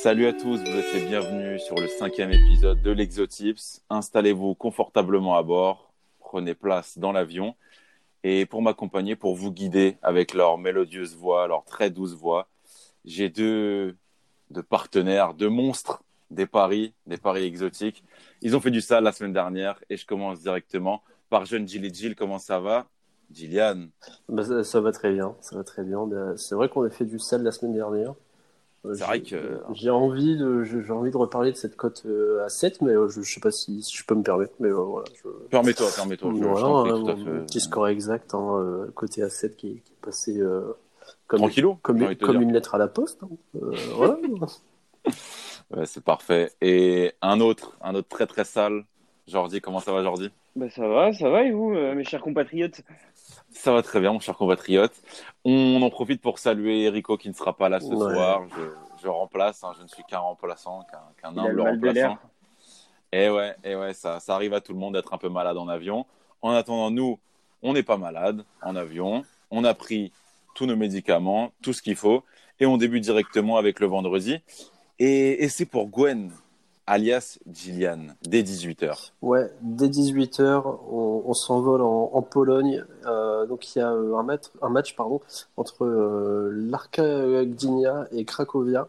Salut à tous, vous êtes les bienvenus sur le 5e épisode de l'Exotips. Installez-vous confortablement à bord, prenez place dans l'avion et pour m'accompagner, pour vous guider avec leur mélodieuse voix, leur très douce voix, j'ai deux partenaires, deux monstres des paris exotiques. Ils ont fait du sale la semaine dernière et je commence directement par jeune Gilles. Comment ça va? Gillian. Ça va très bien, ça va très bien. C'est vrai qu'on a fait du sale la semaine dernière. C'est vrai que... J'ai envie de reparler de cette cote à 7, mais je sais pas si je peux me permettre. Mais voilà, Permets-toi, je voilà, t'en prie, tout à mon fait. petit score exact, hein, côté à 7 qui est passé comme, Tranquillou, j'ai envie de te comme dire. une lettre à la poste, hein. Voilà. Ouais, c'est parfait. Et un autre très très sale. Jordi, comment ça va, Jordi? Bah ça va et vous, mes chers compatriotes? Ça va très bien, mon cher compatriote. On en profite pour saluer Rico qui ne sera pas là ce Ouais. soir. Je remplace, hein, je ne suis qu'un remplaçant, qu'un Il a le humble mal de remplaçant. l'air. Et ouais, ça arrive à tout le monde d'être un peu malade en avion. En attendant, nous, on n'est pas malade en avion. On a pris tous nos médicaments, tout ce qu'il faut. Et on débute directement avec le vendredi. Et c'est pour Gwen, alias Gillian, dès 18h. Ouais, dès 18h, on s'envole en Pologne. Donc il y a un match pardon, entre l'Arka Gdynia et Cracovia.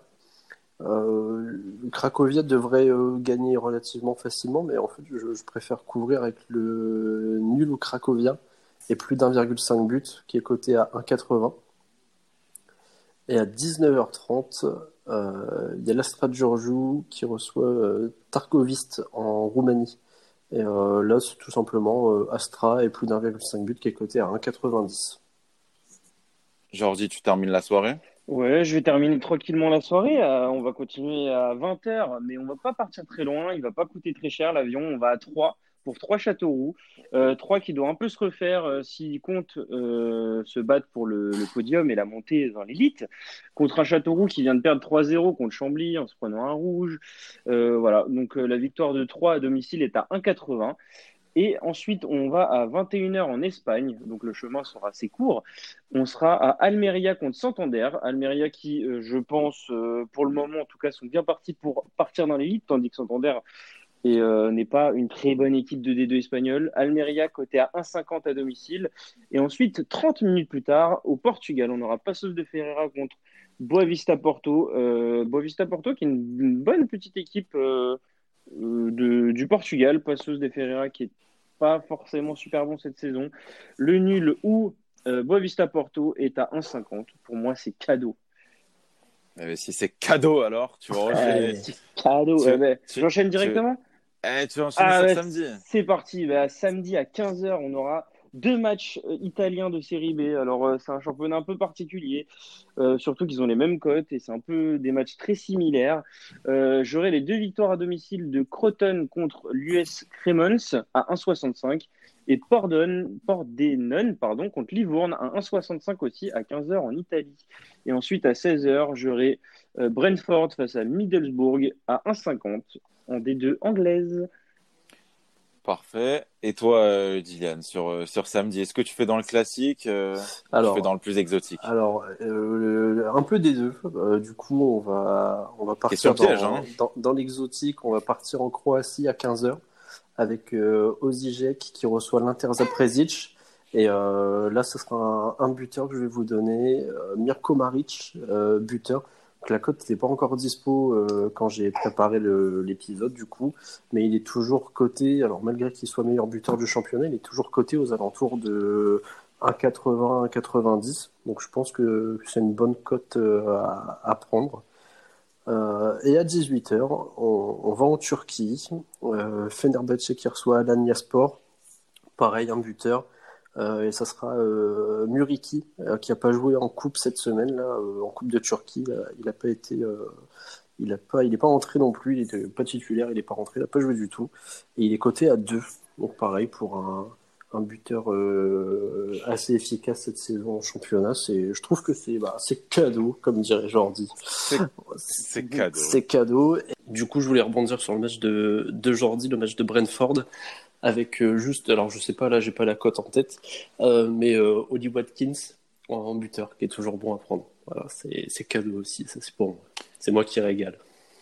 Cracovia devrait gagner relativement facilement, mais en fait, je préfère couvrir avec le nul au Cracovia et plus d'1,5 but qui est coté à 1,80. Et à 19h30, il y a l'Astra Giurgiu qui reçoit Targoviste en Roumanie. Et là, c'est tout simplement Astra et plus d'1,5 but qui est coté à 1,90. Jordi, tu termines la soirée? Ouais, je vais terminer tranquillement la soirée. On va continuer à 20h, mais on va pas partir très loin. Il va pas coûter très cher l'avion. On va à 3 pour 3 Châteauroux. 3 qui doit un peu se refaire s'il compte se battre pour le podium et la montée dans l'élite. Contre un Châteauroux qui vient de perdre 3-0 contre Chambly en se prenant un rouge. Voilà, donc la victoire de 3 à domicile est à 1,80. Et ensuite, on va à 21h en Espagne, donc le chemin sera assez court. On sera à Almeria contre Santander. Almeria qui, je pense, pour le moment en tout cas, sont bien partis pour partir dans l'élite, tandis que Santander n'est pas une très bonne équipe de D2 espagnole. Almeria côté à 1,50 à domicile. Et ensuite, 30 minutes plus tard, au Portugal, on aura Passos de Ferreira contre Boavista Porto. Boavista Porto qui est une bonne petite équipe du Portugal. Passos de Ferreira qui est pas forcément super bon cette saison. Le nul ou Boavista Porto est à 1,50. Pour moi, c'est cadeau. Si c'est cadeau alors, tu vas enchaîner. C'est cadeau. Tu, tu, J'enchaîne tu, directement. tu vas enchaîner Ah sur ouais, samedi. c'est parti. Samedi à 15h, on aura deux matchs italiens de série B. Alors, c'est un championnat un peu particulier, surtout qu'ils ont les mêmes cotes et c'est un peu des matchs très similaires. J'aurai les deux victoires à domicile de Crotone contre l'US Cremons à 1,65 et Pordenone contre Livourne à 1,65 aussi à 15h en Italie. Et ensuite, à 16h, j'aurai Brentford face à Middlesbrough à 1,50 en D2 anglaise. Parfait. Et toi, Gillian, sur samedi, est-ce que tu fais dans le classique ou tu fais dans Alors, le plus exotique? un peu des deux. Du coup, on va Question partir piège, dans, hein? dans l'exotique. On va partir en Croatie à 15h avec Osijek qui reçoit l'Inter Zaprezic. Et là, ce sera un buteur que je vais vous donner, Mirko Maric, buteur. Donc, la cote n'était pas encore dispo quand j'ai préparé l'épisode, du coup, mais il est toujours coté, alors malgré qu'il soit meilleur buteur du championnat, il est toujours coté aux alentours de 1,80, 1,90. Donc je pense que c'est une bonne cote à prendre. Et à 18h, on va en Turquie. Fenerbahçe qui reçoit Alanyaspor. Pareil, un buteur. Et ça sera Muriqi qui n'a pas joué en coupe cette semaine, là, en coupe de Turquie. Là, il n'a pas été. Il n'est pas rentré non plus. Il n'était pas titulaire. Il n'est pas rentré. Il n'a pas joué du tout. Et il est coté à 2. Donc pareil, pour un buteur assez efficace cette saison en championnat. Je trouve que c'est cadeau, comme dirait Jordi. C'est cadeau. C'est cadeau. Et du coup, je voulais rebondir sur le match de Jordi, le match de Brentford, avec juste, alors je sais pas, là, j'ai pas la cote en tête, mais Oli Watkins en buteur, qui est toujours bon à prendre. Voilà, c'est cadeau aussi, ça c'est pour moi. C'est moi qui régale.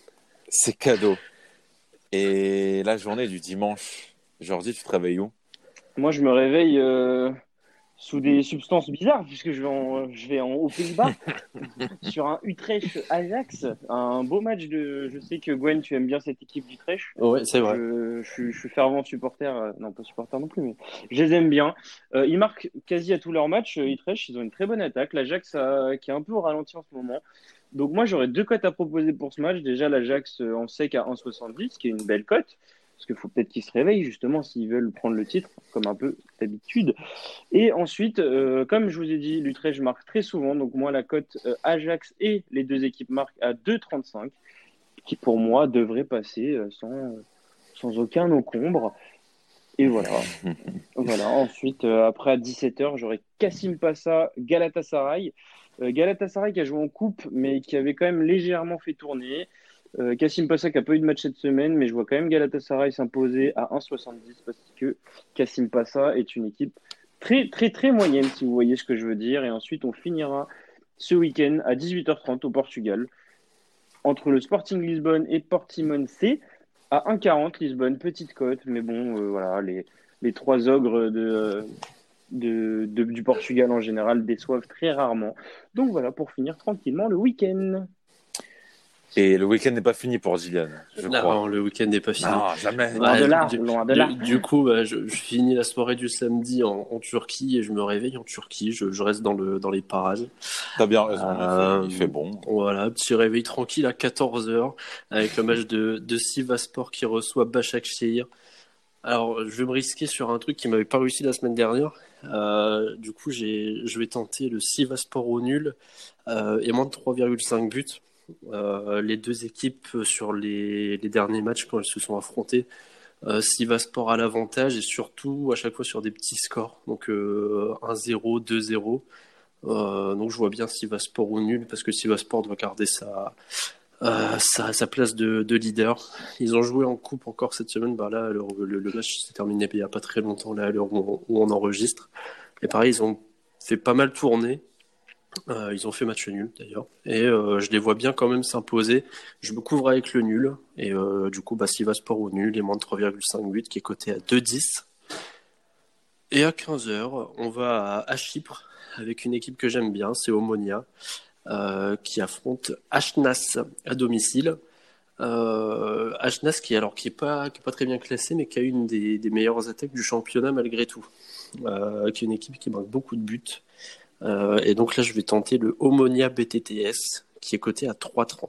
C'est cadeau. Et la journée du dimanche, Jordi, tu te réveilles où? Moi, je me réveille sous des substances bizarres, puisque je vais aux Pays-Bas sur un Utrecht-Ajax, un beau match de. Je sais que Gwen, tu aimes bien cette équipe d'Utrecht. Ouais, c'est vrai. Je suis fervent supporter, non pas supporter non plus, mais je les aime bien. Ils marquent quasi à tous leurs matchs. Utrecht, ils ont une très bonne attaque. L'Ajax, qui est un peu au ralenti en ce moment. Donc moi, j'aurais deux cotes à proposer pour ce match. Déjà, l'Ajax en sec à 1,70, qui est une belle cote. Parce qu'il faut peut-être qu'ils se réveillent, justement, s'ils veulent prendre le titre, comme un peu d'habitude. Et ensuite, comme je vous ai dit, l'Utrecht marque très souvent. Donc moi, la cote Ajax et les deux équipes marquent à 2,35, qui pour moi devrait passer sans aucun encombre. Et voilà. Voilà. Ensuite, après à 17h, j'aurai Kassim Passa, Galatasaray. Galatasaray qui a joué en coupe, mais qui avait quand même légèrement fait tourner. Kassim Passa qui n'a pas eu de match cette semaine, mais je vois quand même Galatasaray s'imposer à 1,70 parce que Kassim Passa est une équipe très, très, très moyenne, si vous voyez ce que je veux dire. Et ensuite, on finira ce week-end à 18h30 au Portugal entre le Sporting Lisbonne et Portimonense à 1,40 Lisbonne, petite cote, mais bon, voilà, les trois ogres du Portugal en général déçoivent très rarement. Donc voilà, pour finir tranquillement le week-end. Et le week-end n'est pas fini pour Gillian, je crois. Non, le week-end n'est pas fini. Non, jamais. Loin de là, du, loin de là. du coup, je finis la soirée du samedi en Turquie et je me réveille en Turquie. Je reste dans les parages. T'as bien raison, il fait bon. Voilà, petit réveil tranquille à 14h avec le match de Sivasspor qui reçoit Başakşehir. Alors, je vais me risquer sur un truc qui m'avait pas réussi la semaine dernière. Du coup, je vais tenter le Sivasspor au nul et moins de 3,5 buts. Les deux équipes sur les derniers matchs quand elles se sont affrontées, Sivasspor a l'avantage et surtout à chaque fois sur des petits scores, donc 1-0, 2-0. Donc je vois bien Sivasspor au nul parce que Sivasspor doit garder sa place de leader. Ils ont joué en coupe encore cette semaine. Bah là, le match s'est terminé il n'y a pas très longtemps là, à l'heure où on enregistre. Et pareil, ils ont fait pas mal tourner. Ils ont fait match nul d'ailleurs. Et je les vois bien quand même s'imposer. Je me couvre avec le nul. Et du coup, Sivasspor au nul et moins de 3,58 qui est coté à 2,10. Et à 15h, on va à Chypre avec une équipe que j'aime bien, c'est Omonia, qui affronte Ashnas à domicile. Ashnas qui est pas très bien classé, mais qui a une des meilleures attaques du championnat malgré tout. Qui est une équipe qui marque beaucoup de buts. Et donc là, je vais tenter le Omonia BTTS, qui est coté à 3,30.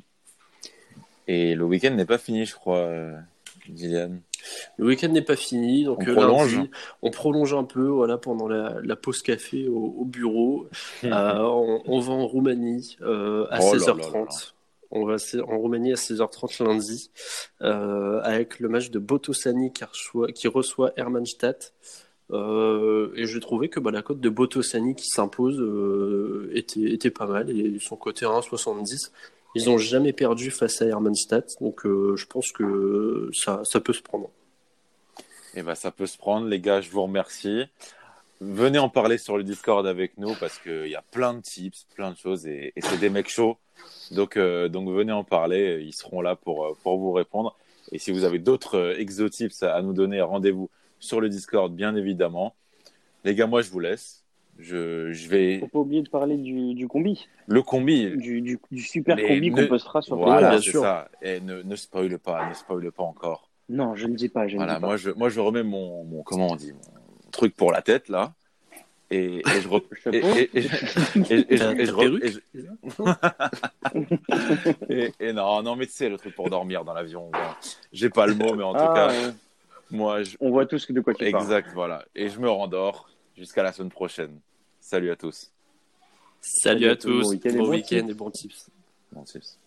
Et le week-end n'est pas fini, je crois, Gillian. Le week-end n'est pas fini, donc lundi, on prolonge un peu, voilà, pendant la pause café au bureau. On va en Roumanie à 16h30. On va en Roumanie à 16h30 lundi, avec le match de Botoșani qui reçoit Hermannstadt. Et j'ai trouvé que la cote de Botoșani qui s'impose était pas mal, et ils sont cotés à 1,70. Ils n'ont jamais perdu face à Hermannstadt, donc je pense que ça peut se prendre. Eh ben, ça peut se prendre, les gars, je vous remercie. Venez en parler sur le Discord avec nous parce qu'il y a plein de tips, plein de choses et c'est des mecs chauds. Donc venez en parler, ils seront là pour vous répondre. Et si vous avez d'autres exotips à nous donner, rendez-vous sur le Discord, bien évidemment. Les gars, moi, je vous laisse. Je vais. Faut pas oublier de parler du combi. Le combi. Du super combi qu'on postera sur Voilà, bien c'est sûr. ça. Et ne spoil pas encore. Non, je ne dis pas. Voilà, moi, je remets mon comment on dit, mon truc pour la tête là. Et je et non, mais tu sais, le truc pour dormir dans l'avion. Bon, j'ai pas le mot, mais en tout cas, moi, on voit tous de quoi tu parles. Exact, voilà. Et je me rendors jusqu'à la semaine prochaine. Salut à tous. Salut à tous. Bon week-end et bons tips. Bons tips.